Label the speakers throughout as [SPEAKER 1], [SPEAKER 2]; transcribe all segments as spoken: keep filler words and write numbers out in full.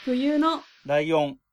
[SPEAKER 1] 冬の
[SPEAKER 2] ライオン。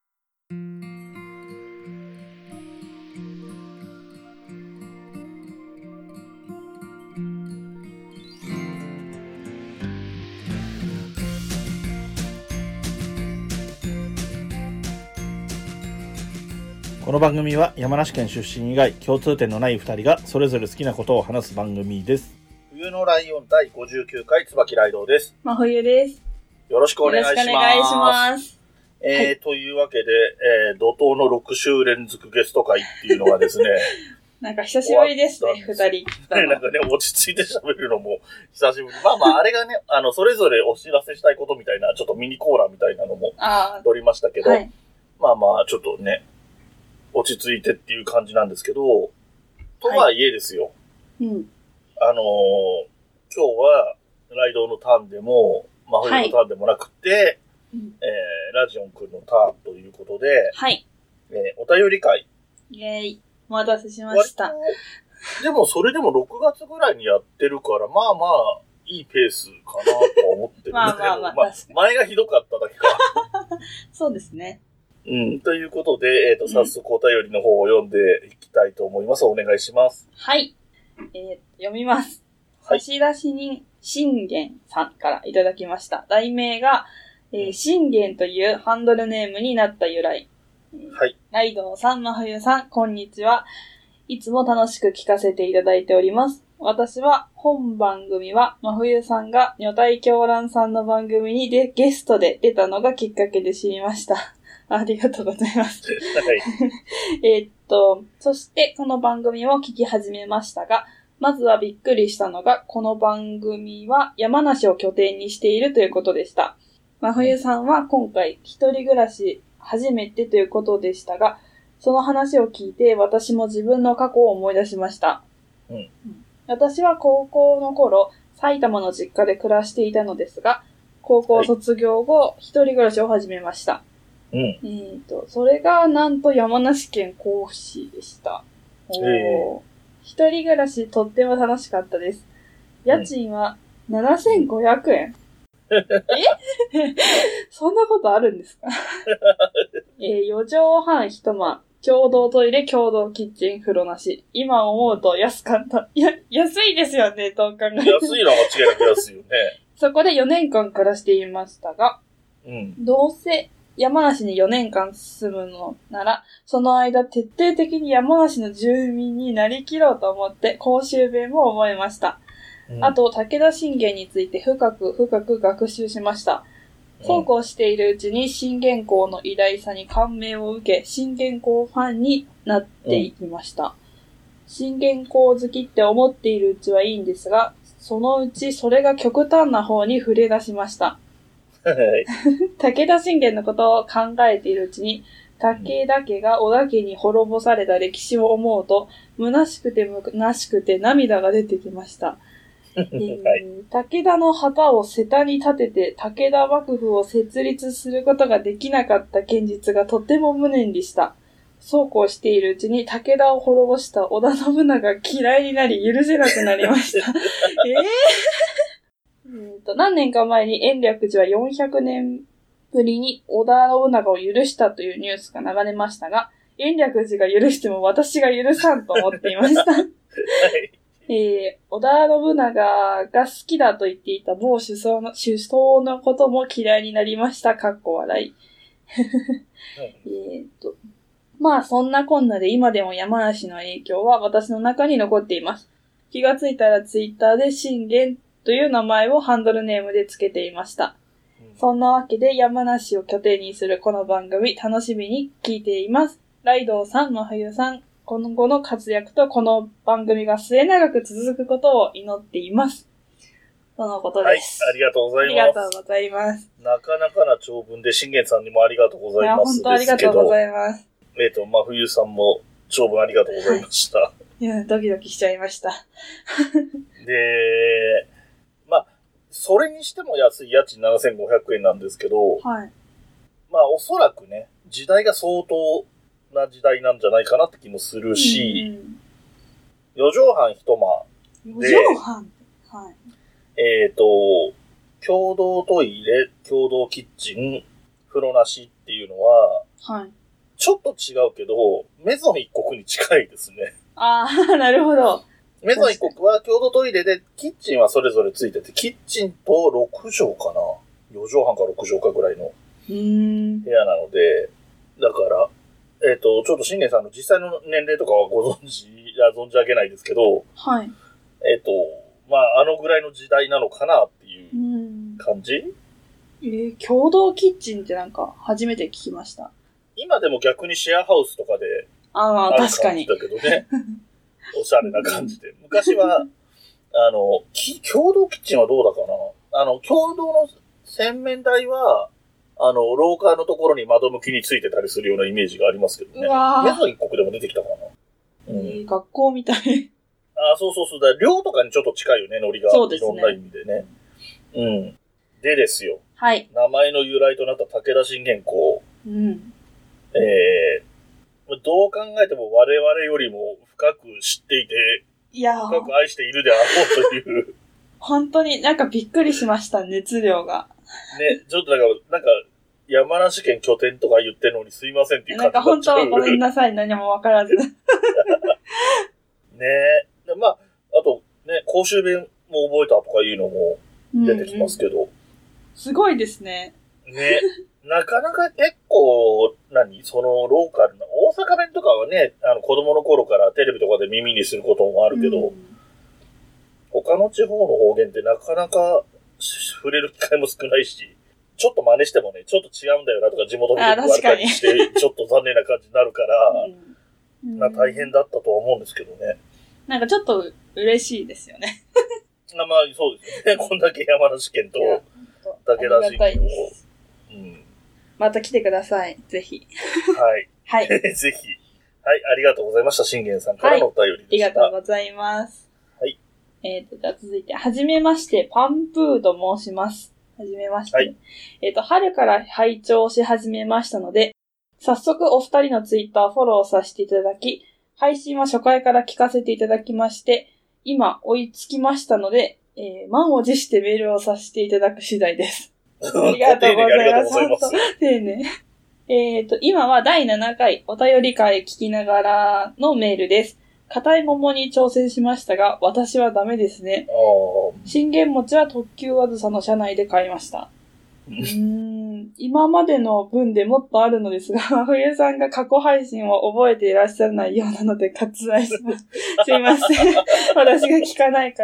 [SPEAKER 2] この番組は山梨県出身以外共通点のないふたりがそれぞれ好きなことを話す番組です。冬のライオンだいごじゅうきゅうかい椿ライドウです。
[SPEAKER 1] 真冬です。
[SPEAKER 2] よろしくお願いします。
[SPEAKER 1] よろしくお願いします。
[SPEAKER 2] えーはい、というわけで、えー、怒涛のろくしゅう連続ゲスト会っていうのがですね
[SPEAKER 1] なんか久しぶりですね、二人。
[SPEAKER 2] ね、なんかね、落ち着いて喋るのも久しぶり。まあまあ、あれがね、あの、それぞれお知らせしたいことみたいな、ちょっとミニコーラみたいなのも撮りましたけど、はい、まあまあ、ちょっとね、落ち着いてっていう感じなんですけど、とはいえですよ。
[SPEAKER 1] はい、うん。
[SPEAKER 2] あのー、今日は、ライドのターンでも、真冬のターンでもなくて、はい、えー、ラジオンくんのターンということで、
[SPEAKER 1] はい。
[SPEAKER 2] えー、お便り会。
[SPEAKER 1] イェーイ。お待たせしました。
[SPEAKER 2] でも、それでもろくがつぐらいにやってるから、まあまあ、いいペースかなとは思ってるんだけど、まあまあまあ、前がひどかっただけか。
[SPEAKER 1] そうですね。
[SPEAKER 2] うん、ということで、えっ、ー、と、早速お便りの方を読んでいきたいと思います。お願いします。
[SPEAKER 1] はい。えー、読みます。はい、差出人、信玄さんからいただきました。題名が、えー、信玄というハンドルネームになった由来。
[SPEAKER 2] はい。
[SPEAKER 1] ライドウさん、真冬さん、こんにちは。いつも楽しく聞かせていただいております。私は、本番組は、真冬さんが女体狂乱さんの番組にでゲストで出たのがきっかけで知りました。ありがとうございます。
[SPEAKER 2] はい。
[SPEAKER 1] えっと、そしてこの番組を聞き始めましたが、まずはびっくりしたのが、この番組は山梨を拠点にしているということでした。真冬さんは今回一人暮らし初めてということでしたが、その話を聞いて私も自分の過去を思い出しました。
[SPEAKER 2] うん、
[SPEAKER 1] 私は高校の頃、埼玉の実家で暮らしていたのですが、高校卒業後、一人暮らしを始めました。
[SPEAKER 2] うん、
[SPEAKER 1] えーと、それがなんと山梨県甲府市でした。おー、えー、一人暮らしとっても楽しかったです。家賃はななせんごひゃくえん。えそんなことあるんですか、えー、よじょうはん一間、共同トイレ、共同キッチン、風呂なし。今思うと安かった。いや、安いですよね、どう考えても。
[SPEAKER 2] 安いのは間違いなく安いよね。
[SPEAKER 1] そこでよねんかん暮らしていましたが、
[SPEAKER 2] うん、
[SPEAKER 1] どうせ山梨によねんかん住むのなら、その間徹底的に山梨の住民になりきろうと思って甲州弁も覚えました。うん、あと、武田信玄について深く深く学習しました。そうこうしているうちに信玄公の偉大さに感銘を受け、信玄公ファンになっていきました。うん、信玄公好きって思っているうちはいいんですが、そのうちそれが極端な方に触れ出しました。武田信玄のことを考えているうちに、武田家が織田家に滅ぼされた歴史を思うと、虚しくて虚しくて涙が出てきました。えーはい、武田の旗を瀬田に立てて武田幕府を設立することができなかった現実がとても無念でした。そうこうしているうちに武田を滅ぼした織田信長が嫌いになり許せなくなりました。えーうんと何年か前に延暦寺はよんひゃくねんぶりに織田信長を許したというニュースが流れましたが、延暦寺が許しても私が許さんと思っていました。はいえー、織田信長が好きだと言っていた某首相の、首相のことも嫌いになりました。かっこ笑い。えっと、まあそんなこんなで今でも山梨の影響は私の中に残っています。気がついたらツイッターで信玄という名前をハンドルネームでつけていました。うん、そんなわけで山梨を拠点にするこの番組楽しみに聞いています。ライドウさん、真冬さん、今後の活躍とこの番組が末永く続くことを祈っています。とのことです。
[SPEAKER 2] はい、ありがとうございます。
[SPEAKER 1] ありがとうございます。
[SPEAKER 2] なかなかな長文で信玄さんにもありがとうございます。
[SPEAKER 1] いや、本当ありがとうございます。
[SPEAKER 2] えっと、真冬さんも長文ありがとうございました。は
[SPEAKER 1] い、いや、ドキドキしちゃいました。
[SPEAKER 2] で、まあ、それにしても安い家賃ななせんごひゃくえんなんですけど、
[SPEAKER 1] はい。
[SPEAKER 2] まあ、おそらくね、時代が相当な時代なんじゃないかなって気もするし、四畳半一間で、
[SPEAKER 1] 四畳半はい。
[SPEAKER 2] えっと、共同トイレ、共同キッチン、風風呂なしっていうのは、
[SPEAKER 1] はい。
[SPEAKER 2] ちょっと違うけど、メゾン一国に近いですね。
[SPEAKER 1] ああ、なるほど。
[SPEAKER 2] メゾン一国は共同トイレで、キッチンはそれぞれついてて、キッチンとろくじょうかな。よじょうはんかろくじょうかぐらいの部屋なので、だから、えっと、ちょっと信玄さんの実際の年齢とかはご存知、いや、存じ上げないですけど、
[SPEAKER 1] はい。
[SPEAKER 2] えっと、まあ、あのぐらいの時代なのかなっていう感じ？
[SPEAKER 1] えー、共同キッチンってなんか初めて聞きました。
[SPEAKER 2] 今でも逆にシェアハウスとかで、
[SPEAKER 1] ああ、確かに。
[SPEAKER 2] だけどね。おしゃれな感じで。昔は、あの、共同キッチンはどうだかな。あの、共同の洗面台は、あの、廊下のところに窓向きについてたりするようなイメージがありますけどね。メゾン一国でも出てきたかな。
[SPEAKER 1] うん、えー、学校みたい。
[SPEAKER 2] あ、そうそうそう。だ寮とかにちょっと近いよね、ノリが。
[SPEAKER 1] そうですね。
[SPEAKER 2] いろんな意味でね。うん。でですよ。
[SPEAKER 1] はい。
[SPEAKER 2] 名前の由来となった武田信玄公。
[SPEAKER 1] うん。
[SPEAKER 2] えー、どう考えても我々よりも深く知っていて、
[SPEAKER 1] いや
[SPEAKER 2] 深く愛しているであろうという。
[SPEAKER 1] 本当になんかびっくりしました、熱量が。
[SPEAKER 2] ね、ちょっとなんか、なんか、山梨県拠点とか言ってるのにすいませんっていう感じ
[SPEAKER 1] なんか本当ごめんなさい、何もわからず。ね
[SPEAKER 2] え。まあ、あと、ね、公衆弁も覚えたとかいうのも出てきますけど。うんうん、
[SPEAKER 1] すごいですね。
[SPEAKER 2] ね。なかなか結構、何そのローカルな、大阪弁とかはね、あの子供の頃からテレビとかで耳にすることもあるけど、うん、他の地方の方言ってなかなか触れる機会も少ないし、ちょっと真似してもね、ちょっと違うんだよなとか地元の人に言われたりして、ちょっと残念な感じになるから、うん、まあ大変だったとは思うんですけどね。
[SPEAKER 1] なんかちょっと嬉しいですよね。
[SPEAKER 2] まあそうですね。こんだけ山梨県と武田信玄を。
[SPEAKER 1] うん、また来てください。ぜひ。
[SPEAKER 2] はい。
[SPEAKER 1] はい。
[SPEAKER 2] ぜひ。はい、ありがとうございました。信玄さんからのお便りでした。
[SPEAKER 1] はい、ありがとうございます。
[SPEAKER 2] はい。
[SPEAKER 1] えっと、じゃあ続いて、はじめまして、パンプーと申します。はじめまして。はい、えっと、春から拝聴し始めましたので、早速お二人のツイッターフォローさせていただき、配信は初回から聞かせていただきまして、今追いつきましたので、えー、満を持してメールをさせていただく次第です。ありがとうございます。本当丁寧。えっと、今はだいななかいお便り会聞きながらのメールです。硬い桃に挑戦しましたが、私はダメですね。信玄餅は特急あずさの車内で買いました。うーん今までの分でもっとあるのですが、冬さんが過去配信を覚えていらっしゃらないようなので割愛します。すいません。私が聞かないから。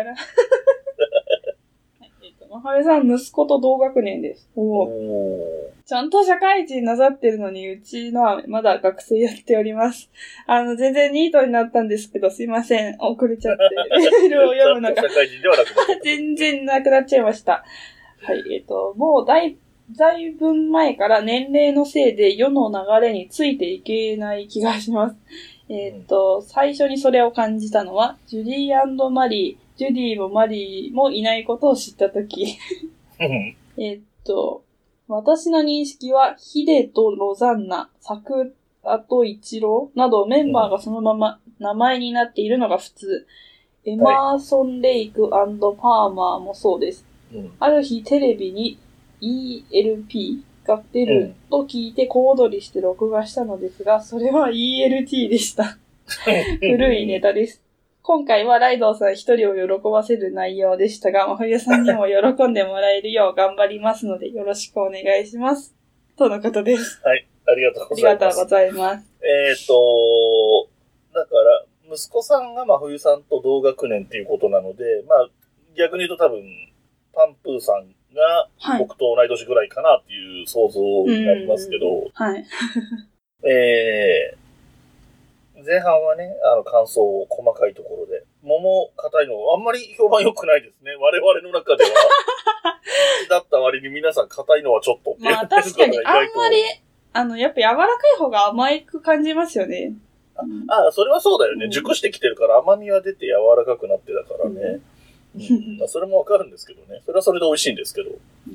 [SPEAKER 1] まはるさん、息子と同学年です。おちゃんと社会人なさってるのに、うちのはまだ学生やっております。あの、全然ニートになったんですけど、すいません。遅れちゃって。メールを読むのが。
[SPEAKER 2] 社会人ではなくなった。
[SPEAKER 1] 全然なくなっちゃいました。はい、えっと、もうだい、だいぶ前から年齢のせいで世の流れについていけない気がします。えっと、最初にそれを感じたのは、ジュディー&マリー、ジュディもマリーもいないことを知ったとき。えっと、私の認識は、ヒデとロザンナ、サクラとイチローなどメンバーがそのまま名前になっているのが普通。うん、エマーソン・レイク&パーマーもそうです。うん、ある日テレビに イーエルピー が出ると聞いて小躍りして録画したのですが、それは イーエルティー でした。古いネタです。今回はライドウさん一人を喜ばせる内容でしたが、真冬さんにも喜んでもらえるよう頑張りますので、よろしくお願いします。とのことです。
[SPEAKER 2] はい、ありがとうございます。
[SPEAKER 1] ありがとうございます。
[SPEAKER 2] えっと、だから、息子さんが真冬さんと同学年っていうことなので、まあ、逆に言うと多分、パンプーさんが僕と同い年ぐらいかなっていう想像になりますけど、
[SPEAKER 1] はい。
[SPEAKER 2] えー、前半はね、あの感想を細かいところで、桃硬いのあんまり評判良くないですね。我々の中では。だった割に皆さん硬いのはちょっと。
[SPEAKER 1] まあ確かにあんまり、あの、やっぱ柔らかい方が甘く感じますよね。
[SPEAKER 2] ああ、それはそうだよね。うん、熟してきてるから甘みは出て柔らかくなってだからね。うんうんまあ、それもわかるんですけどね。それはそれで美味しいんですけど。うん、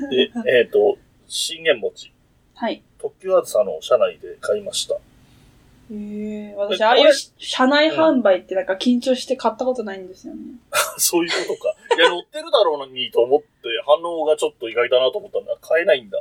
[SPEAKER 2] で、えっ、ー、と、信玄餅。
[SPEAKER 1] はい。
[SPEAKER 2] 特急あずさの車内で買いました。
[SPEAKER 1] へえ、私、ああいう車内販売ってなんか緊張して買ったことないんですよね。
[SPEAKER 2] うん、そういうことか。いや、乗ってるだろうにと思って反応がちょっと意外だなと思ったんだ。買えないんだ。ああ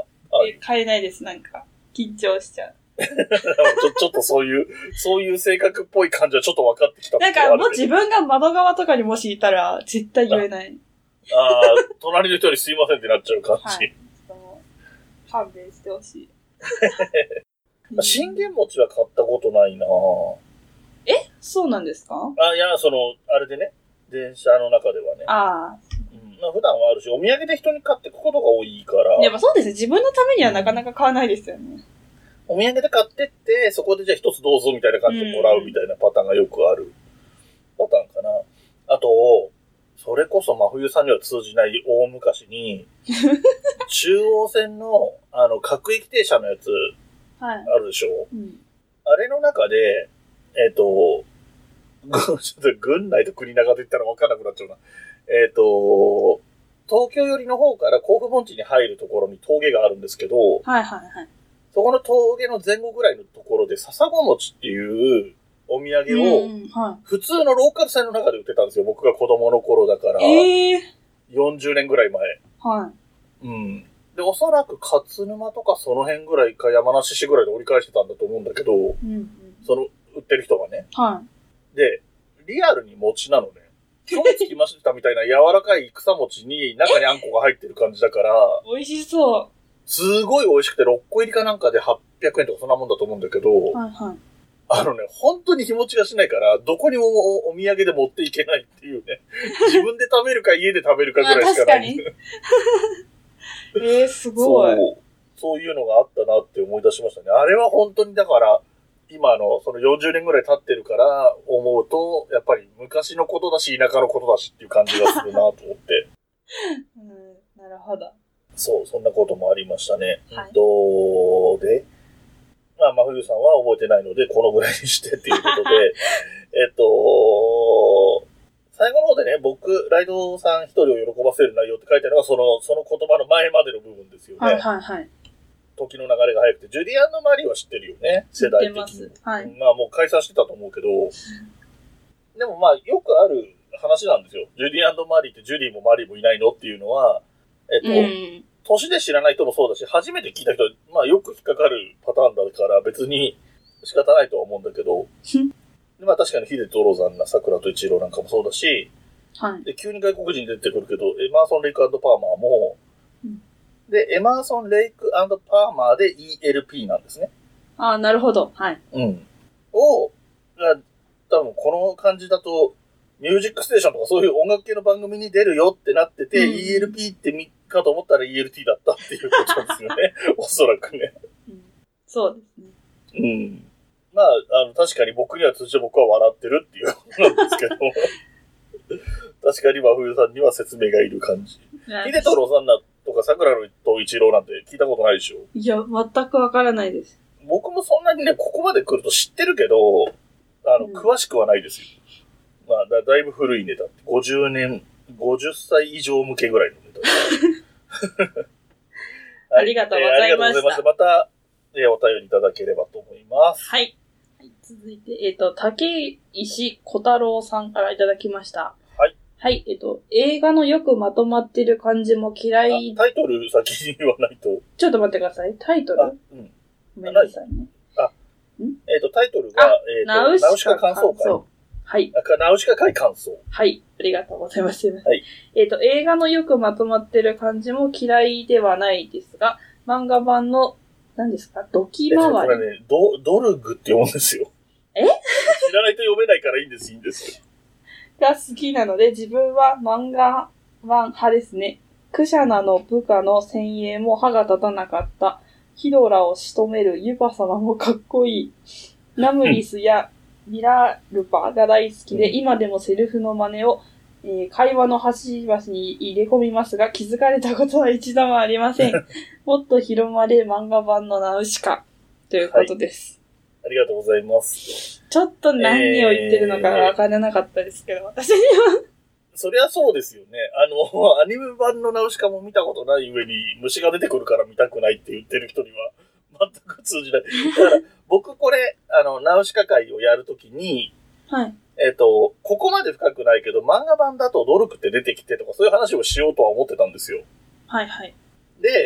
[SPEAKER 2] はい。
[SPEAKER 1] 買えないです、なんか。緊張しちゃう。
[SPEAKER 2] ちょ、ちょっとそういう、そういう性格っぽい感じはちょっと分かってきた、
[SPEAKER 1] ね。なんか、もう自分が窓側とかにもしいたら、絶対言えない。
[SPEAKER 2] ああ、隣の人にすいませんってなっちゃう感じ。はい。
[SPEAKER 1] 勘弁してほしい。
[SPEAKER 2] 信玄餅は買ったことないなぁ。
[SPEAKER 1] えそうなんですか？
[SPEAKER 2] あ、いや、その、あれでね、電車の中ではね。
[SPEAKER 1] ああ。
[SPEAKER 2] うん、まあ普段はあるし、お土産で人に買ってくことが多いから。
[SPEAKER 1] やっぱそうですね。自分のためにはなかなか買わないですよね。
[SPEAKER 2] お土産で買ってって、そこでじゃあ一つどうぞみたいな感じでもらうみたいなパターンがよくあるパターンかな。あと、それこそ真冬さんには通じない大昔に、中央線の、あの、各駅停車のやつ、あるでしょ、はいうん、あれの中で、えっ、ー、と、軍内と国中で言ったら分からなくなっちゃうな。えっ、ー、と、東京寄りの方から甲府盆地に入るところに峠があるんですけど、
[SPEAKER 1] はいはいはい。
[SPEAKER 2] そこの峠の前後ぐらいのところで笹子餅っていうお土産を、普通のローカル線の中で売ってたんですよ。僕が子供の頃だから。えー、よんじゅうねんぐらい前。
[SPEAKER 1] はい。
[SPEAKER 2] うん。で、おそらく勝沼とかその辺ぐらいか山梨市ぐらいで折り返してたんだと思うんだけど、うんうん、その売ってる人がね。
[SPEAKER 1] はい。
[SPEAKER 2] で、リアルに餅なのね。今日つきましたみたいな柔らかい草餅に中にあんこが入ってる感じだから。
[SPEAKER 1] 美味しそう。
[SPEAKER 2] すごい美味しくてろっこ入りかなんかではっぴゃくえんとかそんなもんだと思うんだけど、
[SPEAKER 1] はいはい。
[SPEAKER 2] あのね、本当に日持ちがしないから、どこにも お, お土産で持っていけないっていうね。自分で食べるか家で食べるかぐらいしかない。
[SPEAKER 1] 確かに。えー、すごい。
[SPEAKER 2] そう。そういうのがあったなって思い出しましたね。あれは本当にだから、今のそのよんじゅうねんぐらい経ってるから思うと、やっぱり昔のことだし、田舎のことだしっていう感じがするなと思って。
[SPEAKER 1] うん、なるほど。
[SPEAKER 2] そう、そんなこともありましたね。
[SPEAKER 1] はい、
[SPEAKER 2] どうで、まあ、真冬さんは覚えてないので、このぐらいにしてっていうことで、えっと、最後の方でね、僕、ライドさん一人を喜ばせる内容って書いてあるのが、その、その言葉の前までの部分ですよね。
[SPEAKER 1] はいはいはい。
[SPEAKER 2] 時の流れが早くて、ジュディ&マリーは知ってるよね、世代的に。
[SPEAKER 1] 知ってます。はい。
[SPEAKER 2] まあもう解散してたと思うけど、でもまあよくある話なんですよ。ジュディ&マリーってジュディもマリーもいないのっていうのは、えっと、うん、年で知らない人もそうだし、初めて聞いた人は、まあよく引っかかるパターンだから別に仕方ないとは思うんだけど、でまあ確かにヒデとロザンな桜と一郎なんかもそうだし、
[SPEAKER 1] はい、
[SPEAKER 2] で急に外国人出てくるけど、エマーソン・レイク&パーマーも、うん、で、エマーソン・レイク&パーマーで イーエルピー なんですね。
[SPEAKER 1] ああ、なるほど。はい。
[SPEAKER 2] うん。を、が、多分この感じだと、ミュージックステーションとかそういう音楽系の番組に出るよってなってて、うん、イーエルピー ってみかと思ったら イーエルティー だったっていうことなんですよね。おそらくね、
[SPEAKER 1] うん。そうですね。
[SPEAKER 2] うん。まあ、あの、確かに僕には通常僕は笑ってるっていうことなんですけど、確かに真冬さんには説明がいる感じ。ヒデとロザンナとか桜と一郎なんて聞いたことないでしょ？
[SPEAKER 1] いや、全くわからないです。
[SPEAKER 2] 僕もそんなにね、ここまで来ると知ってるけど、あの、うん、詳しくはないですよ。まあだ、だいぶ古いネタって、ごじゅうねん、ごじゅっさい以上向けぐらいのネタ。
[SPEAKER 1] はい、ありがとうございました。ありがとうございました。
[SPEAKER 2] また、えー、お便りいただければと思います。
[SPEAKER 1] はい。はい、続いて、えっと、竹石小太郎さんからいただきました。
[SPEAKER 2] はい。
[SPEAKER 1] はい、えっと、映画のよくまとまってる感じも嫌い。
[SPEAKER 2] タイトル先に言わないと。
[SPEAKER 1] ちょっと待ってください。タイトル？
[SPEAKER 2] うん。
[SPEAKER 1] ごめんなさいね。
[SPEAKER 2] あ、えっ、ー、と、タイトルが、えっ、ー、と、ナウシカ感想会。
[SPEAKER 1] はい。
[SPEAKER 2] ナウシカ会感想。
[SPEAKER 1] はい。ありがとうございます。
[SPEAKER 2] はい。
[SPEAKER 1] えっ、ー、と、映画のよくまとまってる感じも嫌いではないですが、漫画版の、何ですか？ドキ回り。
[SPEAKER 2] これね、ド、ドルグって読むんですよ。
[SPEAKER 1] え
[SPEAKER 2] 知らないと読めないからいいんです、いいんです。
[SPEAKER 1] が好きなので、自分は漫画版派ですね。クシャナの部下の先鋭も歯が立たなかった。ヒドラを仕留めるユパ様もかっこいい。ナムリスやミラルパが大好きで、うん、今でもセルフの真似を、えー、会話の端々に入れ込みますが、気づかれたことは一度もありません。もっと広まれ漫画版のナウシカということです。
[SPEAKER 2] はい、ありがとうございます。
[SPEAKER 1] ちょっと何を言ってるのかわからなかったですけど、えー、私には。
[SPEAKER 2] そりゃそうですよね。あの、アニメ版のナウシカも見たことない上に虫が出てくるから見たくないって言ってる人には全く通じない。だから僕これ、あの、ナウシカ会をやるときに、
[SPEAKER 1] はい。
[SPEAKER 2] えっと、ここまで深くないけど、漫画版だとドルクって出てきてとかそういう話をしようとは思ってたんですよ。
[SPEAKER 1] はいはい。
[SPEAKER 2] で、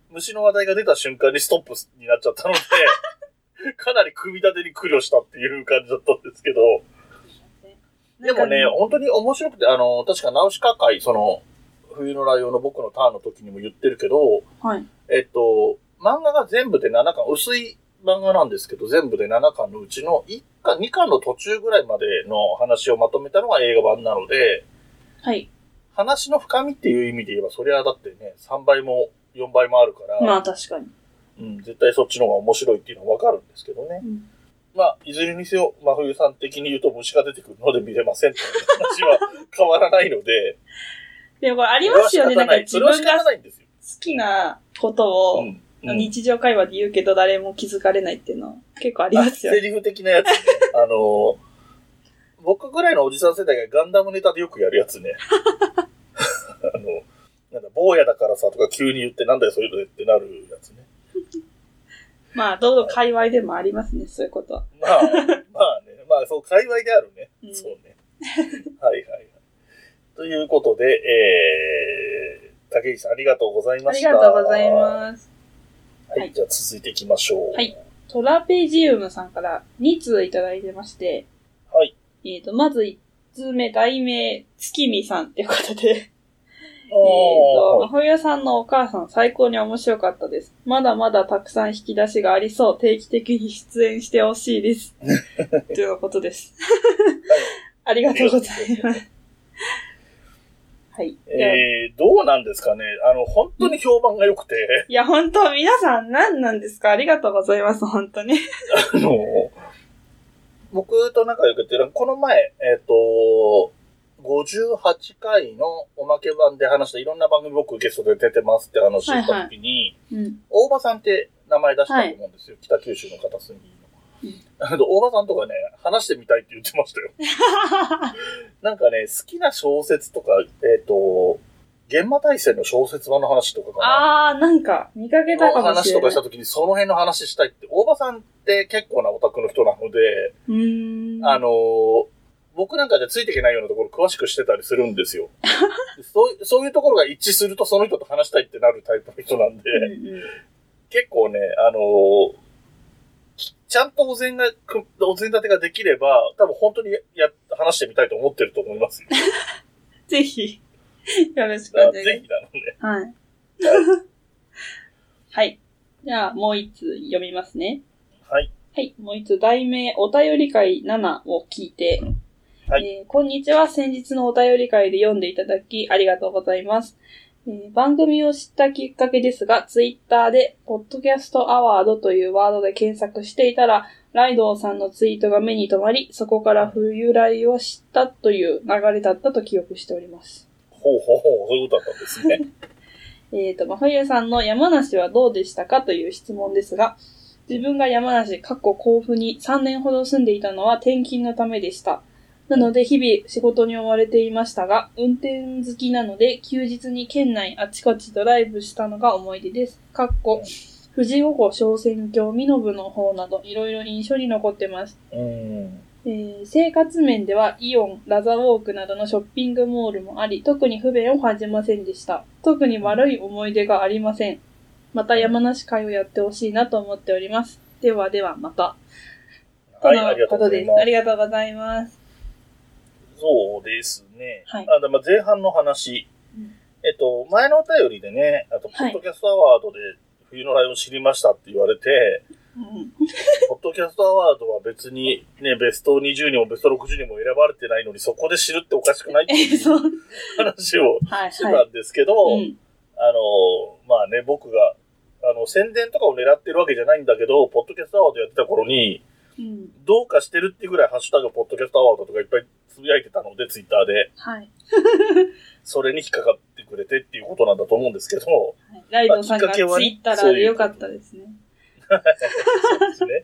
[SPEAKER 2] 虫の話題が出た瞬間にストップになっちゃったので、かなり組み立てに苦慮したっていう感じだったんですけど、でもね、本当に面白くて、あの、確かナウシカ会、その、冬のライオンの僕のターンの時にも言ってるけど、
[SPEAKER 1] はい。
[SPEAKER 2] えっと、漫画が全部でななかん、薄い漫画なんですけど、全部でななかんのうちのいっかん、にかんの途中ぐらいまでの話をまとめたのが映画版なので、
[SPEAKER 1] はい。
[SPEAKER 2] 話の深みっていう意味で言えば、それはだってね、さんばいもよんばいもあるから、
[SPEAKER 1] まあ確かに。
[SPEAKER 2] うん、絶対そっちの方が面白いっていうのはわかるんですけどね。うん、まあ、いずれにせよ、真冬さん的に言うと虫が出てくるので見れませんっていう話は変わらないので。
[SPEAKER 1] でもこれありますよね、なんか自分が好きなことを日常会話で言うけど誰も気づかれないっていうのは結構ありますよね。
[SPEAKER 2] セリフ的なやつね。あの、僕ぐらいのおじさん世代がガンダムネタでよくやるやつね。あの、なんだ、坊やだからさとか急に言ってなんだよそういうのってなるやつね。
[SPEAKER 1] まあ、どうぞ界隈でもありますね、そういうことは。
[SPEAKER 2] まあ、まあね。まあ、そう、界隈であるね。うん、そうね。はいはいはい。ということで、えー、竹内さんありがとうございました。
[SPEAKER 1] ありがとうございます。
[SPEAKER 2] はい、はい、じゃあ続いていきましょう。
[SPEAKER 1] はい。トラペジウムさんからに通いただいてまして、
[SPEAKER 2] はい。
[SPEAKER 1] えっと、まずいち通目、題名、月見さんっていうことで、えっと、真冬さんのお母さん最高に面白かったです。まだまだたくさん引き出しがありそう。定期的に出演してほしいです。ということです。ありがとうございます。はい。
[SPEAKER 2] えー、どうなんですかね。あの、本当に評判が良くて。
[SPEAKER 1] いや、本当、皆さん何なんですか？ありがとうございます、本当に。
[SPEAKER 2] あの、僕と仲良くて、この前、えっと、ごじゅうはちかいのおまけ版で話したいろんな番組僕ゲストで出てますって話したときに、はいはいうん、大場さんって名前出したと思うんですよ。はい、北九州の片隅の。だけど、大場さんとかね、話してみたいって言ってましたよ。なんかね、好きな小説とか、えっと、現場大戦の小説版の話とかかな。
[SPEAKER 1] あー、なんか、見かけたかもしれない。
[SPEAKER 2] 話とかしたときにその辺の話したいって、大場さんって結構なオタクの人なので、
[SPEAKER 1] うーん
[SPEAKER 2] あのー、僕なんかじゃついていけないようなところ詳しくしてたりするんですよ。そう、そういうところが一致するとその人と話したいってなるタイプの人なんで、うんうん、結構ね、あのー、ちゃんとお膳が、お膳立てができれば、多分本当にや、話してみたいと思ってると思いますよ。
[SPEAKER 1] ぜひ、よろしくお願いします。
[SPEAKER 2] ぜひなのね。
[SPEAKER 1] はい。はい。はい。じゃあ、もう一つ読みますね。
[SPEAKER 2] はい。
[SPEAKER 1] はい。もう一つ、題名、お便り会ななを聞いて、はい、えー、こんにちは。先日のお便り会で読んでいただき、ありがとうございます。えー、番組を知ったきっかけですが、ツイッターで、ポッドキャストアワードというワードで検索していたら、ライドウさんのツイートが目に留まり、そこから冬来を知ったという流れだったと記憶しております。
[SPEAKER 2] ほうほうほう、そういうことだったんですね。
[SPEAKER 1] えっと、真冬さんの山梨はどうでしたかという質問ですが、自分が山梨、過去甲府にさんねんほど住んでいたのは転勤のためでした。なので日々仕事に追われていましたが、運転好きなので休日に県内あちこちドライブしたのが思い出です。かっこ、富士五湖小仙峡身延の方などいろいろ印象に残ってます。
[SPEAKER 2] うん
[SPEAKER 1] えー、生活面ではイオン、ラザウォークなどのショッピングモールもあり、特に不便を感じませんでした。特に悪い思い出がありません。また山梨会をやってほしいなと思っております。ではではまた。
[SPEAKER 2] はい、ありがとうございます。
[SPEAKER 1] ありがとうございます。
[SPEAKER 2] そうですね。
[SPEAKER 1] はい。
[SPEAKER 2] あの、まあ、前半の話、うん。えっと、前のお便りでね、あと、ポッドキャストアワードで冬のライオン知りましたって言われて、
[SPEAKER 1] うん、
[SPEAKER 2] ポッドキャストアワードは別にね、ベストにじゅうにもベストろくじゅうにも選ばれてないのに、そこで知るっておかしくないっていう話をしてたんですけど、
[SPEAKER 1] はいはいうん、
[SPEAKER 2] あの、まあね、僕が、あの、宣伝とかを狙ってるわけじゃないんだけど、ポッドキャストアワードやってた頃に、
[SPEAKER 1] うん、
[SPEAKER 2] どうかしてるっていうぐらいハッシュタグポッドキャストアワードとかいっぱいつぶやいてたので、ツイッターで。
[SPEAKER 1] はい。
[SPEAKER 2] それに引っかかってくれてっていうことなんだと思うんですけど。はい、
[SPEAKER 1] ライドさんがツイッターでよかったですね。
[SPEAKER 2] そうですね。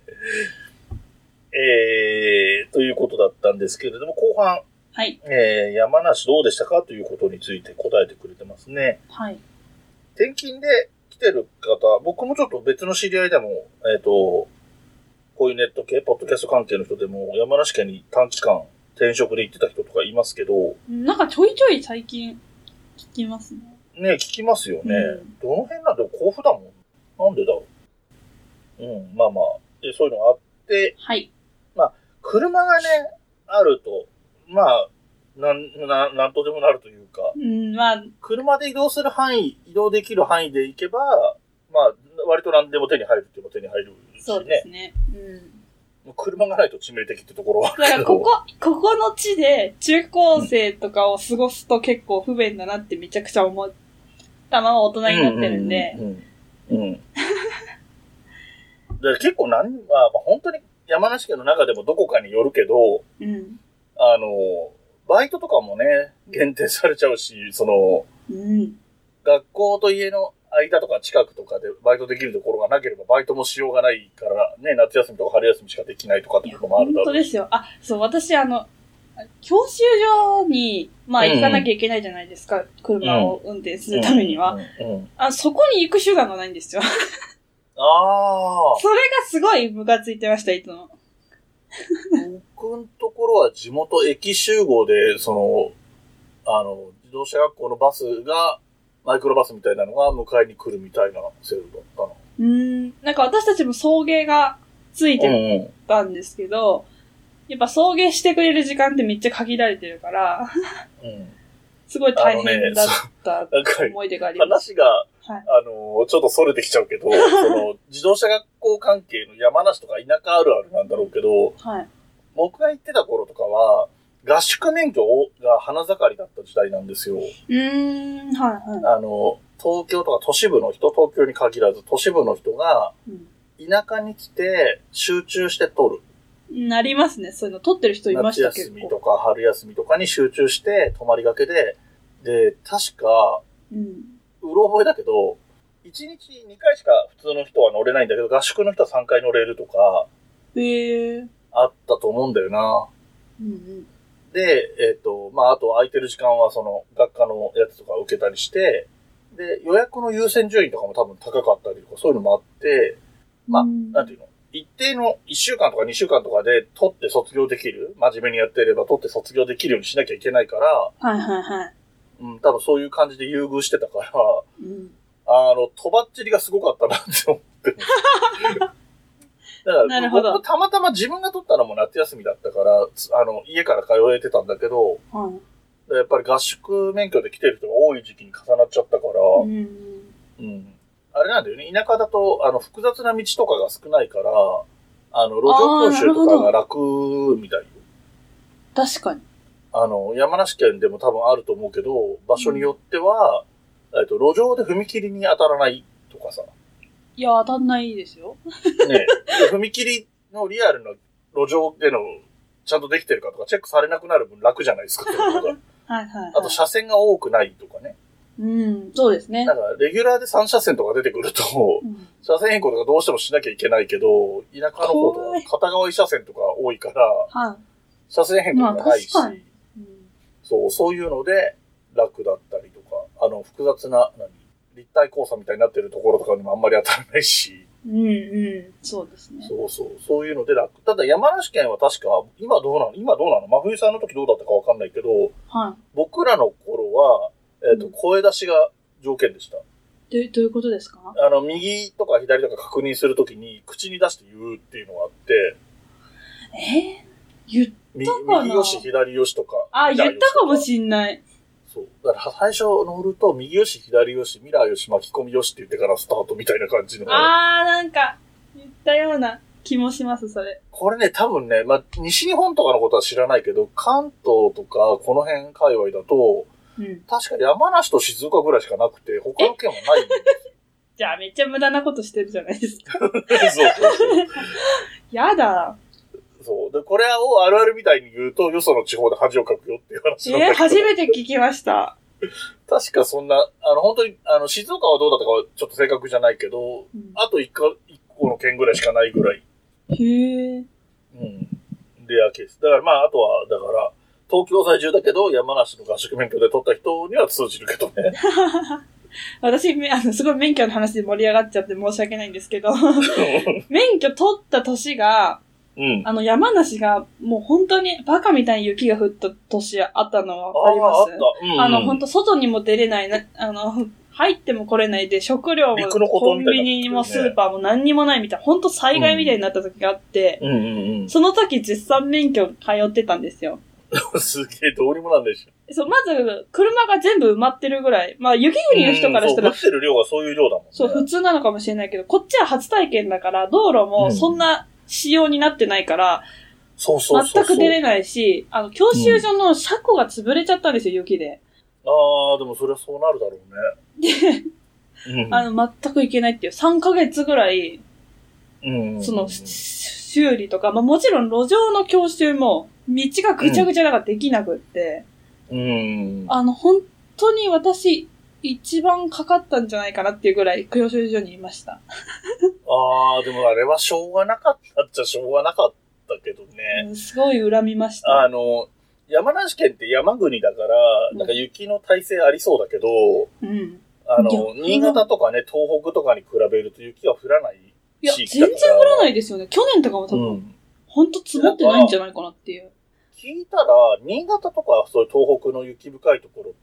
[SPEAKER 2] えー、ということだったんですけれども、後半。
[SPEAKER 1] はい。
[SPEAKER 2] えー、山梨どうでしたかということについて答えてくれてますね。
[SPEAKER 1] はい。
[SPEAKER 2] 転勤で来てる方、僕もちょっと別の知り合いでも、えっと、こういうネット系、ポッドキャスト関係の人でも、山梨県に短期間転職で行ってた人とかいますけど。
[SPEAKER 1] なんかちょいちょい最近聞きますね。
[SPEAKER 2] ね、聞きますよね。
[SPEAKER 1] うん、
[SPEAKER 2] どの辺なんだろう、甲府だもんなんでだろう。うん、まあまあ、でそういうのがあって、
[SPEAKER 1] はい。
[SPEAKER 2] まあ、車がね、あると、まあ、なん、な、なんとでもなるというか、
[SPEAKER 1] うん、まあ、
[SPEAKER 2] 車で移動する範囲、移動できる範囲で行けば、まあ、割と何でも手に入るって言えば手に入るしね。
[SPEAKER 1] そうですね。
[SPEAKER 2] うん。車がないと致命的ってところはあるけど。
[SPEAKER 1] だからここ、ここの地で中高生とかを過ごすと結構不便だなってめちゃくちゃ思ったまま大人になってるんで。
[SPEAKER 2] うん。うんうんうん、だから結構なん、まあ、まあ、本当に山梨県の中でもどこかによるけど、
[SPEAKER 1] うん、
[SPEAKER 2] あの、バイトとかもね、限定されちゃうし、その、
[SPEAKER 1] うん、
[SPEAKER 2] 学校と家の間とか近くとかでバイトできるところがなければバイトもしようがないからね、夏休みとか春休みしかできないとかってこともあるだろう。
[SPEAKER 1] 本当ですよ。あ、そう、私あの、教習所に、まあ行かなきゃいけないじゃないですか。うん、車を運転するためには、うんうんうん。あ、そこに行く手段がないんですよ。
[SPEAKER 2] ああ。
[SPEAKER 1] それがすごいムカついてました、いつも。
[SPEAKER 2] 僕のところは地元駅集合で、その、あの、自動車学校のバスが、マイクロバスみたいなのが迎えに来るみたいな制度だったな。
[SPEAKER 1] うーん。なんか私たちも送迎がついてたんですけど、うんうん、やっぱ送迎してくれる時間ってめっちゃ限られてるから、うん、すごい大変だった思い出があります。
[SPEAKER 2] 話が、はい、あの、ちょっと逸れてきちゃうけど、その、自動車学校関係の山梨とか田舎あるあるなんだろうけど、
[SPEAKER 1] はい、
[SPEAKER 2] 僕が行ってた頃とかは、合宿免許が花盛りだった時代なんですよ。
[SPEAKER 1] うーん、はいはい。
[SPEAKER 2] あの、東京とか都市部の人、東京に限らず都市部の人が、田舎に来て集中して取る。
[SPEAKER 1] なりますね。そういうの取ってる人いましたけど。
[SPEAKER 2] 夏休みとか春休みとかに集中して泊まりがけで、で、確か、うん、うろ覚えだけど、いちにちにかいしか普通の人は乗れないんだけど、合宿の人はさんかい乗れるとか、
[SPEAKER 1] へー。
[SPEAKER 2] あったと思うんだよな。
[SPEAKER 1] うんうん、
[SPEAKER 2] で、えっと、まあ、あと空いてる時間はその学科のやつとか受けたりして、で、予約の優先順位とかも多分高かったりとかそういうのもあって、まあ、なんていうの、一定のいっしゅうかんとかにしゅうかんとかで取って卒業できる、真面目にやっていれば取って卒業できるようにしなきゃいけないから、
[SPEAKER 1] はいはいはい。
[SPEAKER 2] うん、多分そういう感じで優遇してたから、うん、あの、とばっちりがすごかったなって思ってます。だから僕たまたま自分が取ったのも夏休みだったから、あの、家から通えてたんだけど、
[SPEAKER 1] はい、
[SPEAKER 2] やっぱり合宿免許で来てる人が多い時期に重なっちゃったから、うん、うん、あれなんだよね、田舎だと、あの、複雑な道とかが少ないから、あの、路上教習とかが楽みたいよ。
[SPEAKER 1] 確かに。
[SPEAKER 2] あの、山梨県でも多分あると思うけど、場所によっては、うん、えっと、路上で踏切に当たらないとかさ。
[SPEAKER 1] いや、当たんないですよ。
[SPEAKER 2] ねえ。踏切のリアルな路上での、ちゃんとできてるかとかチェックされなくなる分楽じゃないですか。はい
[SPEAKER 1] はい、はい。
[SPEAKER 2] あと、車線が多くないとかね。
[SPEAKER 1] うん、そうですね。
[SPEAKER 2] だから、レギュラーでさん車線とか出てくると、うん、車線変更とかどうしてもしなきゃいけないけど、田舎の方とか片側いち車線とか多いから、
[SPEAKER 1] はい、
[SPEAKER 2] 車線変更がないし、
[SPEAKER 1] まあ、確かに、
[SPEAKER 2] うん、そう、そういうので楽だったりとか、あの、複雑な、何立体交差みたいになってるところとかにもあんまり当たらないし。
[SPEAKER 1] うんうん。そうですね。
[SPEAKER 2] そうそう。そういうので楽。ただ山梨県は確か、今どうなの今どうなの真冬さんの時どうだったかわかんないけど、
[SPEAKER 1] はい、
[SPEAKER 2] 僕らの頃は、えっと、うん、声出しが条件でした。
[SPEAKER 1] どういうことですか？
[SPEAKER 2] あの、右とか左とか確認するときに、口に出して言うっていうのがあって。
[SPEAKER 1] えー、言ったかな？
[SPEAKER 2] 右よし、左よしとか。
[SPEAKER 1] あ、言ったかもしんない。
[SPEAKER 2] そう。だから最初乗ると、右よし、左よし、ミラーよし、巻き込みよしって言ってからスタートみたいな感じの。
[SPEAKER 1] あー、なんか、言ったような気もします、それ。
[SPEAKER 2] これね、多分ね、まあ、西日本とかのことは知らないけど、関東とか、この辺界隈だと、うん、確か山梨と静岡ぐらいしかなくて、他の県はないんですよ。
[SPEAKER 1] じゃあめっちゃ無駄なことしてるじゃないですか。
[SPEAKER 2] そうそうそう。
[SPEAKER 1] やだ。
[SPEAKER 2] そう。で、これをあるあるみたいに言うと、よその地方で恥をかくよっていう話なんだけど。
[SPEAKER 1] えー、初めて聞きました。
[SPEAKER 2] 確かそんな、あの、本当に、あの、静岡はどうだったかはちょっと正確じゃないけど、うん、あと一個、一個の県ぐらいしかないぐらい。
[SPEAKER 1] へー。
[SPEAKER 2] うん。レアケース。だからまあ、あとは、だから、東京在住だけど、山梨の合宿免許で取った人には通じるけどね。
[SPEAKER 1] 私、あの、すごい免許の話で盛り上がっちゃって申し訳ないんですけど、免許取った年が、うん、あの、山梨がもう本当にバカみたいに雪が降った年あったのわかります？あ、あった。うんうん、あの、本当外にも出れないな、あの、 入っても来れないで、食料もコンビニもスーパーも何にもないみたいな、ほんと災害みたいになった時があって、うんうんうん、その時絶賛免許通ってたんですよ。
[SPEAKER 2] すげえ、どうにもなんでしょ。
[SPEAKER 1] そう、まず、車が全部埋まってるぐらい。まあ、雪国の人からしたら。
[SPEAKER 2] そう、降ってる量がそういう量だもんね。
[SPEAKER 1] そう、普通なのかもしれないけど、こっちは初体験だから、道路もそんな仕様になってないから、うん、
[SPEAKER 2] そうそうそう。
[SPEAKER 1] 全く出れないし、あの、教習所の車庫が潰れちゃったんですよ、雪で。
[SPEAKER 2] ああ、でもそれはそうなるだろう
[SPEAKER 1] ね。で、うん、あの、全く行けないっていう、さんかげつぐらい、うん、その、修理とか、まあもちろん路上の教習も、道がぐちゃぐちゃだからできなくって、うん、あの、本当に私、一番かかったんじゃないかなっていうぐらい、教習所にいました。
[SPEAKER 2] ああ、でもあれはしょうがなかったっちゃしょうがなかったけどね。
[SPEAKER 1] うん、すごい恨みました。
[SPEAKER 2] あの、山梨県って山国だから、うん、なんか雪の耐性ありそうだけど、うん、あの、新潟とかね、東北とかに比べると雪が降らない地域だから。いや、
[SPEAKER 1] 全然降らないですよね。去年とかも多分、うん、ほんと積もってないんじゃないかなっていう。
[SPEAKER 2] 聞いたら、新潟とかそういう東北の雪深いところって、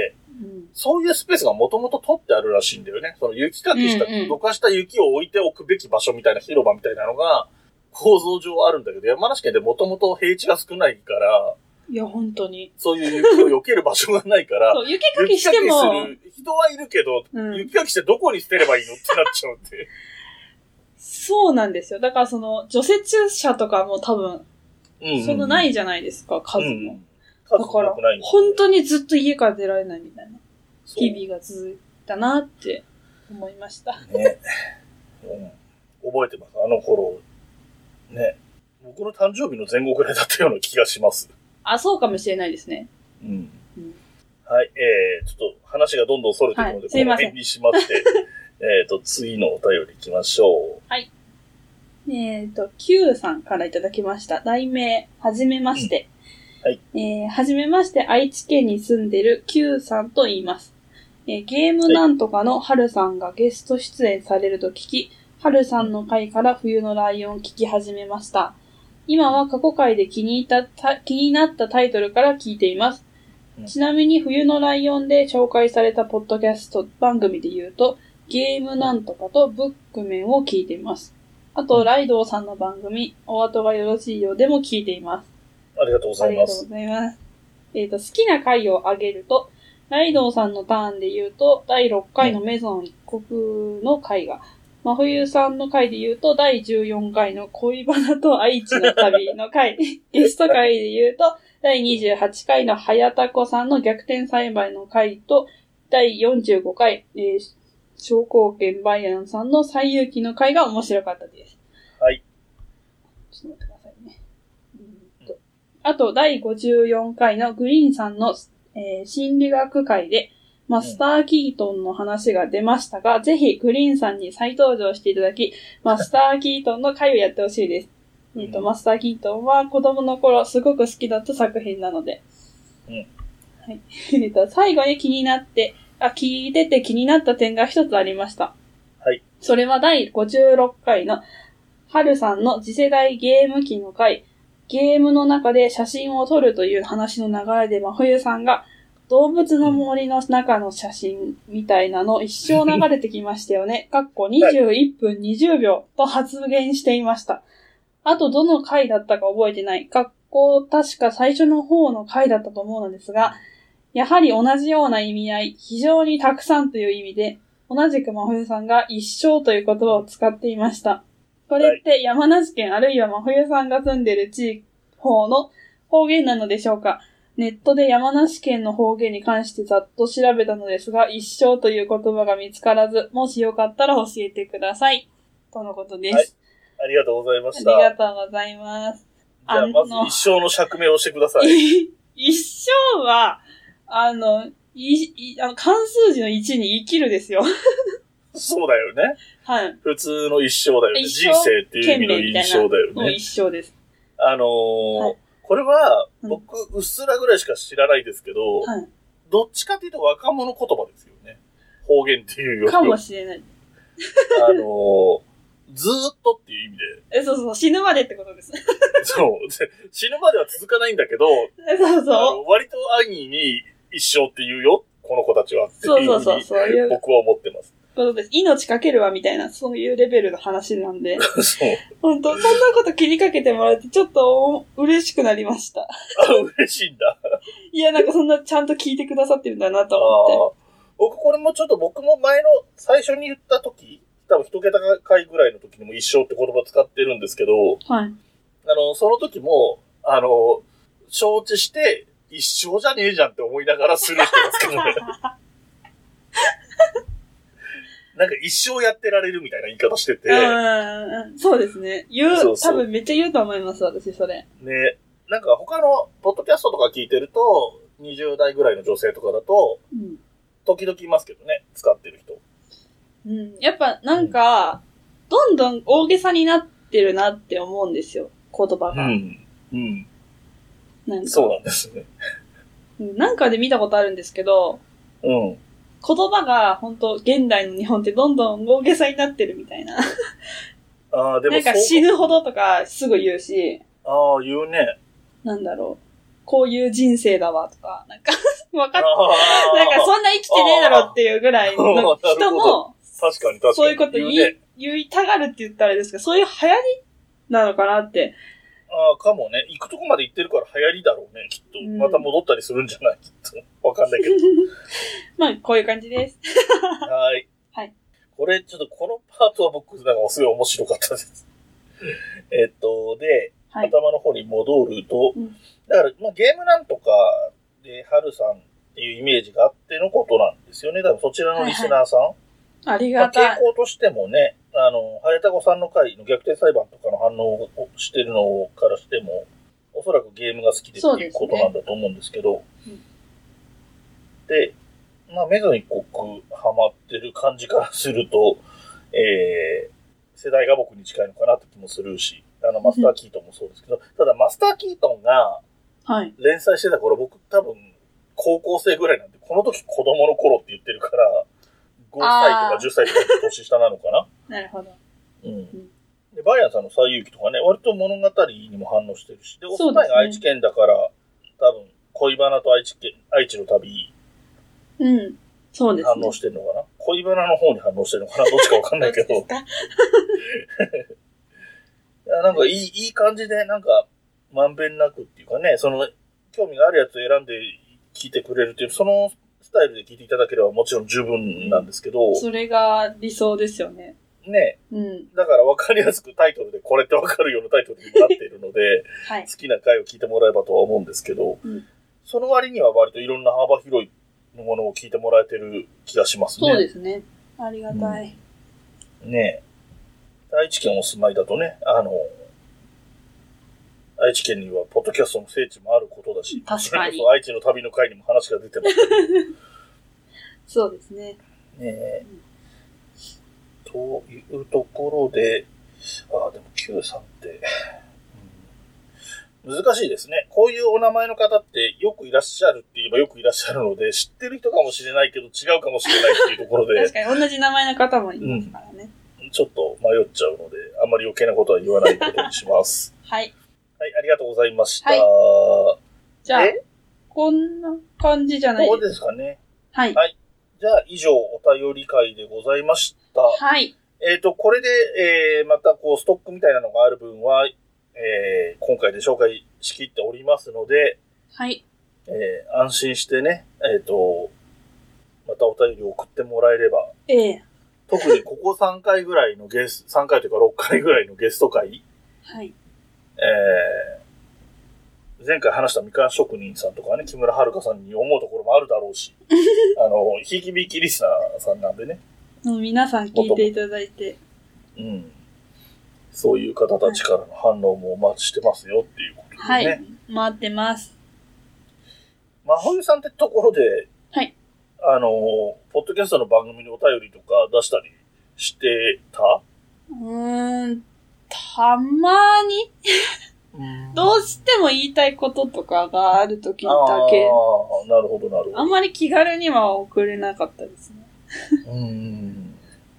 [SPEAKER 2] うん、そういうスペースがもともと取ってあるらしいんだよね。その雪かきした、うんうん、どかした雪を置いておくべき場所みたいな広場みたいなのが構造上あるんだけど、山梨県でもともと平地が少ないから、
[SPEAKER 1] いや、本当に。
[SPEAKER 2] そういう雪を避ける場所がないから、
[SPEAKER 1] そう、雪かきしても、
[SPEAKER 2] 雪かきする人はいるけど、うん、雪かきしてどこに捨てればいいのってなっちゃうんで。
[SPEAKER 1] そうなんですよ。だからその、除雪車とかも多分、うんうん、そんなないじゃないですか、数も。うん、数だから、本当にずっと家から出られないみたいな、日々が続いたなって思いました。ね、
[SPEAKER 2] うん。覚えてます、あの頃。ね。僕の誕生日の前後ぐらいだったような気がします。
[SPEAKER 1] あ、そうかもしれないですね。うん。
[SPEAKER 2] うん、はい、えー、ちょっと話がどんどん逸れていくので、はい、この辺にしまって、えっと、次のお便り行きましょう。
[SPEAKER 1] はい。えっと、Q さんからいただきました。題名、はじめまして。うん、はい。えー、はじめまして、愛知県に住んでる Q さんと言います。えー、ゲームなんとかの春さんがゲスト出演されると聞き、春さんの回から冬のライオンを聞き始めました。今は過去回で気に入った、気になったタイトルから聞いています。ちなみに冬のライオンで紹介されたポッドキャスト番組で言うと、ゲームなんとかとブックメンを聞いています。あと、ライドウさんの番組、お後がよろしいようでも聞いています。
[SPEAKER 2] ありがとうございます。
[SPEAKER 1] ありがとうございます。えっと、好きな回を挙げると、ライドウさんのターンで言うと、だいろっかいのメゾン一国の回が、真冬さんの回で言うと、だいじゅうよんかいの恋バナと愛知の旅の回、ゲスト回で言うと、だいにじゅうはちかいの早田子さんの逆転栽培の回と、だいよんじゅうごかい、えー、商工券バイアンさんの最有機の回が面白かったです。
[SPEAKER 2] はい。
[SPEAKER 1] ちょっと待ってくださいね。うんとあと、だいごじゅうよんかいのグリーンさんの、えー、心理学回で、マスター・キートンの話が出ましたが、うん、ぜひグリーンさんに再登場していただき、マスター・キートンの回をやってほしいです。うん、えっと、マスター・キートンは子供の頃すごく好きだった作品なので。うん、はい。えっと、最後に気になって、あ、聞いてて気になった点が一つありました。
[SPEAKER 2] はい。
[SPEAKER 1] それはだいごじゅうろっかいの、春さんの次世代ゲーム機の回、ゲームの中で写真を撮るという話の流れで真冬さんが、動物の森の中の写真みたいなの一生流れてきましたよね。かっこにじゅういっぷんにじゅうびょうと発言していました。あとどの回だったか覚えてない。かっこ確か最初の方の回だったと思うのですが、やはり同じような意味合い、非常にたくさんという意味で、同じく真冬さんが一生という言葉を使っていました。これって山梨県あるいは真冬さんが住んでいる地方の方言なのでしょうか。ネットで山梨県の方言に関してざっと調べたのですが、一生という言葉が見つからず、もしよかったら教えてください。とのことです。はい。
[SPEAKER 2] ありがとうございました。
[SPEAKER 1] ありがとうございます。
[SPEAKER 2] じゃあ、まず一生の釈明をしてください。
[SPEAKER 1] 一生は、あの、い、い、あの、関数字のいちに生きるですよ。
[SPEAKER 2] そうだよね。
[SPEAKER 1] はい。
[SPEAKER 2] 普通の一生だよね。人生っていう意味の一生だよね。
[SPEAKER 1] 一生です。
[SPEAKER 2] あのー、はい、これは、僕、うっすらぐらいしか知らないですけど、はい、どっちかというと若者言葉ですよね。方言っていうより
[SPEAKER 1] かもしれない。
[SPEAKER 2] あのー、ずーっとっていう意味で。
[SPEAKER 1] え、そうそう、死ぬまでってことです。
[SPEAKER 2] そう。死ぬまでは続かないんだけど、
[SPEAKER 1] そうそう。
[SPEAKER 2] 割と安易に一生っていうよ。 この子たちはって
[SPEAKER 1] いうふうにそうそうそう、そういう
[SPEAKER 2] 僕は思ってます。
[SPEAKER 1] そうです。命かけるわみたいな、そういうレベルの話なんで。そう。本当そんなこと気にかけてもらって、ちょっと嬉しくなりました。あ、
[SPEAKER 2] 嬉しいんだ。
[SPEAKER 1] いや、なんかそんなちゃんと聞いてくださってるんだなと思って。
[SPEAKER 2] 僕、これもちょっと僕も前の最初に言った時、多分一桁回ぐらいの時にも一生って言葉使ってるんですけど、はい。あの、その時も、あの、承知して一生じゃねえじゃんって思いながらスルーしてますけどね。なんか一生やってられるみたいな言い方してて。
[SPEAKER 1] うん、そうですね。言う、そうそう多分めっちゃ言うと思います、私、それ。
[SPEAKER 2] ね。なんか他のポッドキャストとか聞いてると、にじゅう代ぐらいの女性とかだと、うん、時々いますけどね、使ってる人。
[SPEAKER 1] うん。やっぱなんか、うん、どんどん大げさになってるなって思うんですよ、言葉が。うん。うん。
[SPEAKER 2] なんかそうなんですね。
[SPEAKER 1] なんかで見たことあるんですけど、うん。言葉が本当現代の日本ってどんどん大げさになってるみたいな。ああ、でもなんか死ぬほどとかすぐ言うし。
[SPEAKER 2] ああ、言うね。
[SPEAKER 1] なんだろう。こういう人生だわとか、なんか、わかっ、なんかそんな生きてねえだろっていうぐらいの人も、
[SPEAKER 2] 確かに確かに。
[SPEAKER 1] そういうこと言い、言, ね、言いたがるって言ったらあれですけど、そういう流行りなのかなって。
[SPEAKER 2] ああ、かもね。行くとこまで行ってるから流行りだろうね、きっと。うん、また戻ったりするんじゃないきっと。わかんないけど。
[SPEAKER 1] まあ、こういう感じです。
[SPEAKER 2] はい。はい。これ、ちょっとこのパートは僕、なんかすごい面白かったです。えっと、で、はい、頭の方に戻ると、うん、だから、まあ、ゲームなんとかで、ハルさんっていうイメージがあってのことなんですよね。だからそちらのリスナーさん。はいはい
[SPEAKER 1] ありがたい。
[SPEAKER 2] まあ、傾向としてもね、あの、はやたこさんの回の逆転裁判とかの反応をしてるのからしても、おそらくゲームが好きでっていうことなんだと思うんですけど、で、ねうん、まあ、メゾン一国ハマってる感じからすると、えー、世代が僕に近いのかなって気もするし、あの、マスター・キートンもそうですけど、ただマスター・キートンが連載してた頃、僕多分高校生ぐらいなんで、この時子供の頃って言ってるから、ごさいとかじゅっさいとか年下なのかな
[SPEAKER 1] なるほど。
[SPEAKER 2] うん。で、バイアンさんの西遊記とかね、割と物語にも反応してるし、で、お住まいが愛知県だから、多分、恋バナと愛知県、愛知の旅
[SPEAKER 1] うん。そうですね。
[SPEAKER 2] 反応してるのかな、恋バナの方に反応してるのかなどっちかわかんないけど。どいやなんかいい、いい感じで、なんか、まんべんなくっていうかね、その、興味があるやつを選んで聞いてくれるっていう、その、スタイルで聞いていただければもちろん十分なんですけど。
[SPEAKER 1] それが理想ですよね。
[SPEAKER 2] ね。うん。だから分かりやすくタイトルでこれって分かるようなタイトルになっているので、はい、好きな回を聞いてもらえばとは思うんですけど、うん、その割には割といろんな幅広いものを聞いてもらえてる気がしますね。
[SPEAKER 1] そうですね。ありがたい。
[SPEAKER 2] うん、ねえ。愛知県お住まいだとね、あの、愛知県にはポッドキャストの聖地もあることだし、
[SPEAKER 1] 確かに。
[SPEAKER 2] 愛知の旅の会にも話が出てますけど。
[SPEAKER 1] そうですね。
[SPEAKER 2] ねえ、うん。というところで、ああ、でも Q さんって、うん、難しいですね。こういうお名前の方ってよくいらっしゃるって言えばよくいらっしゃるので、知ってる人かもしれないけど違うかもしれないっていうところで。
[SPEAKER 1] 確かに同じ名前の方もいますからね、
[SPEAKER 2] うん。ちょっと迷っちゃうので、あんまり余計なことは言わないことにします。
[SPEAKER 1] はい。
[SPEAKER 2] はい、ありがとうございました。はい、
[SPEAKER 1] じゃあ、こんな感じじゃない
[SPEAKER 2] ですか。そうですかね。
[SPEAKER 1] はい。
[SPEAKER 2] はい。じゃあ、以上、お便り会でございました。
[SPEAKER 1] はい。
[SPEAKER 2] えっと、これで、えー、また、こう、ストックみたいなのがある分は、えー、今回で紹介しきっておりますので、
[SPEAKER 1] はい。
[SPEAKER 2] えー、安心してね、えっと、またお便りを送ってもらえれば、
[SPEAKER 1] ええ。
[SPEAKER 2] 特にここさんかいぐらいのゲスト、さんかいというかろっかいぐらいのゲスト会、
[SPEAKER 1] はい。
[SPEAKER 2] えー、前回話したみかん職人さんとかね、木村遥さんに思うところもあるだろうし、あの、ひいきびいきリスナーさんなんでね。
[SPEAKER 1] もう皆さん聞いていただいて。
[SPEAKER 2] うん。そういう方たちからの反応もお待ちしてますよっていうことでね。
[SPEAKER 1] はい。待ってます。
[SPEAKER 2] まほゆさんってところで、
[SPEAKER 1] はい。
[SPEAKER 2] あの、ポッドキャストの番組にお便りとか出したりしてた？
[SPEAKER 1] うーん、たまにどうしても言いたいこととかがあるときだけ。
[SPEAKER 2] ああ、なるほどなるほど。
[SPEAKER 1] あんまり気軽には送れなかったですね。
[SPEAKER 2] うーん。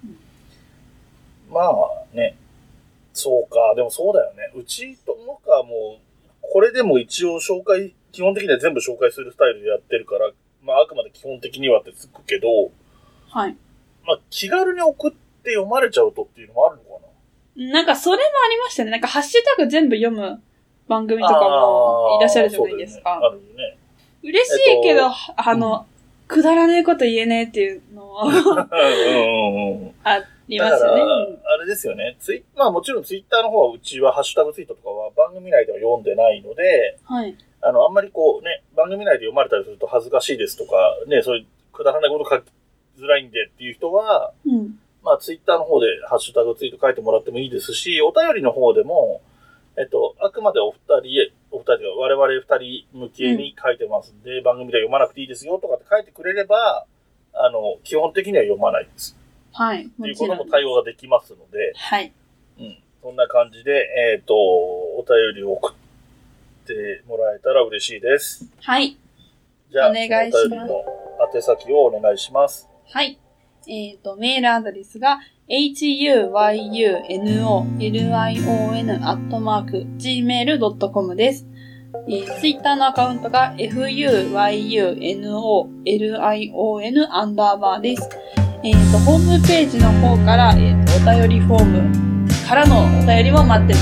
[SPEAKER 2] まあね。そうか。でもそうだよね。うちともかもう、これでも一応紹介、基本的には全部紹介するスタイルでやってるから、 まああくまで基本的にはってつくけど、
[SPEAKER 1] はい。
[SPEAKER 2] まあ気軽に送って読まれちゃうとっていうのもあるのかな。
[SPEAKER 1] なんかそれもありましたね。なんかハッシュタグ全部読む番組とかもいらっしゃるじゃないですか。
[SPEAKER 2] あ、あるよね。
[SPEAKER 1] 嬉しいけど、えっと、あの、うん、くだらねえこと言えねえっていうのはありますよね。
[SPEAKER 2] あれですよね。ツイまあもちろんツイッターの方はうちはハッシュタグツイートとかは番組内では読んでないので、
[SPEAKER 1] はい。
[SPEAKER 2] あの、あんまりこうね、番組内で読まれたりすると恥ずかしいですとか、ね、そういうくだらないこと書きづらいんでっていう人は、
[SPEAKER 1] うん、
[SPEAKER 2] まあツイッターの方でハッシュタグツイート書いてもらってもいいですし、お便りの方でも、えっと、あくまでお二人、お二人が我々二人向けに書いてますんで、うん、番組では読まなくていいですよとかって書いてくれれば、あの、基本的には読まないです。
[SPEAKER 1] はい。
[SPEAKER 2] ということも対応ができますので、
[SPEAKER 1] はい。
[SPEAKER 2] うん。そんな感じで、えっと、お便りを送ってもらえたら嬉しいです。
[SPEAKER 1] はい。
[SPEAKER 2] じゃあ、
[SPEAKER 1] お願いします。
[SPEAKER 2] お便りの宛先をお願いします。
[SPEAKER 1] はい。えっと、メールアドレスが、エイチユーワイユーエヌオーエルアイオーエヌ アットマーク ジーメールドットコム です。えー、ツイッターのアカウントが エフユーワイユーエヌオーエルアイオーエヌ アンダーバーです。えっと、ホームページの方から、えーと、お便りフォームからのお便りも待ってます。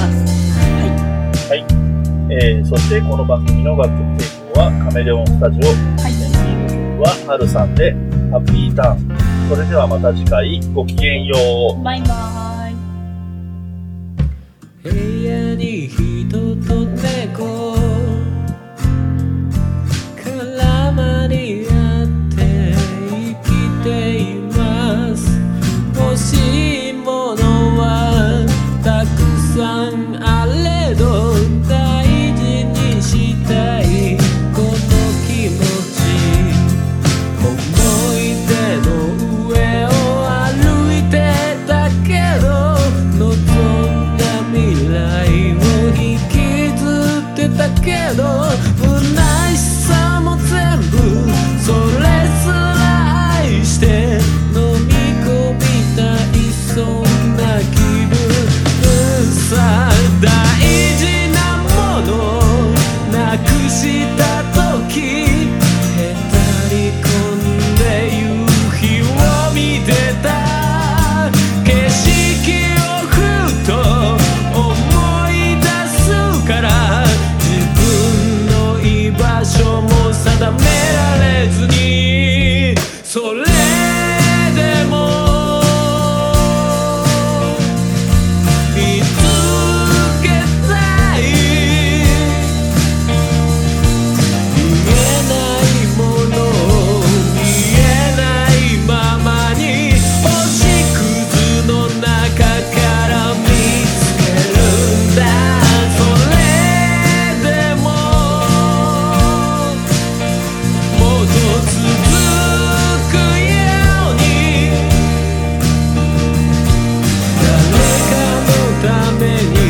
[SPEAKER 2] はい。はい。えー、そしてこの番組の楽曲提供はカメレオンスタジオ。はい。エンディング曲はハルさんでハッピーターン。それではまた次回ごきげんよう。
[SPEAKER 1] バイバ
[SPEAKER 3] ーイ。部屋に人と猫絡まり合って生きています。欲しいものはたくさんあれど大事にしたいこの気持ち、思い出の上を歩いてたけど望んだ未来を引きずってたけど虚しさも全部それすら愛して飲み込みたいそんな気分さ。大事なものなくした時へたり込んで夕日を見てた景色をふと思い出すから自分の居場所も定められずにそれでも見つけたい見えないもの見えないままに星屑の中から見つけるんだ。それでももっと続くように誰かのために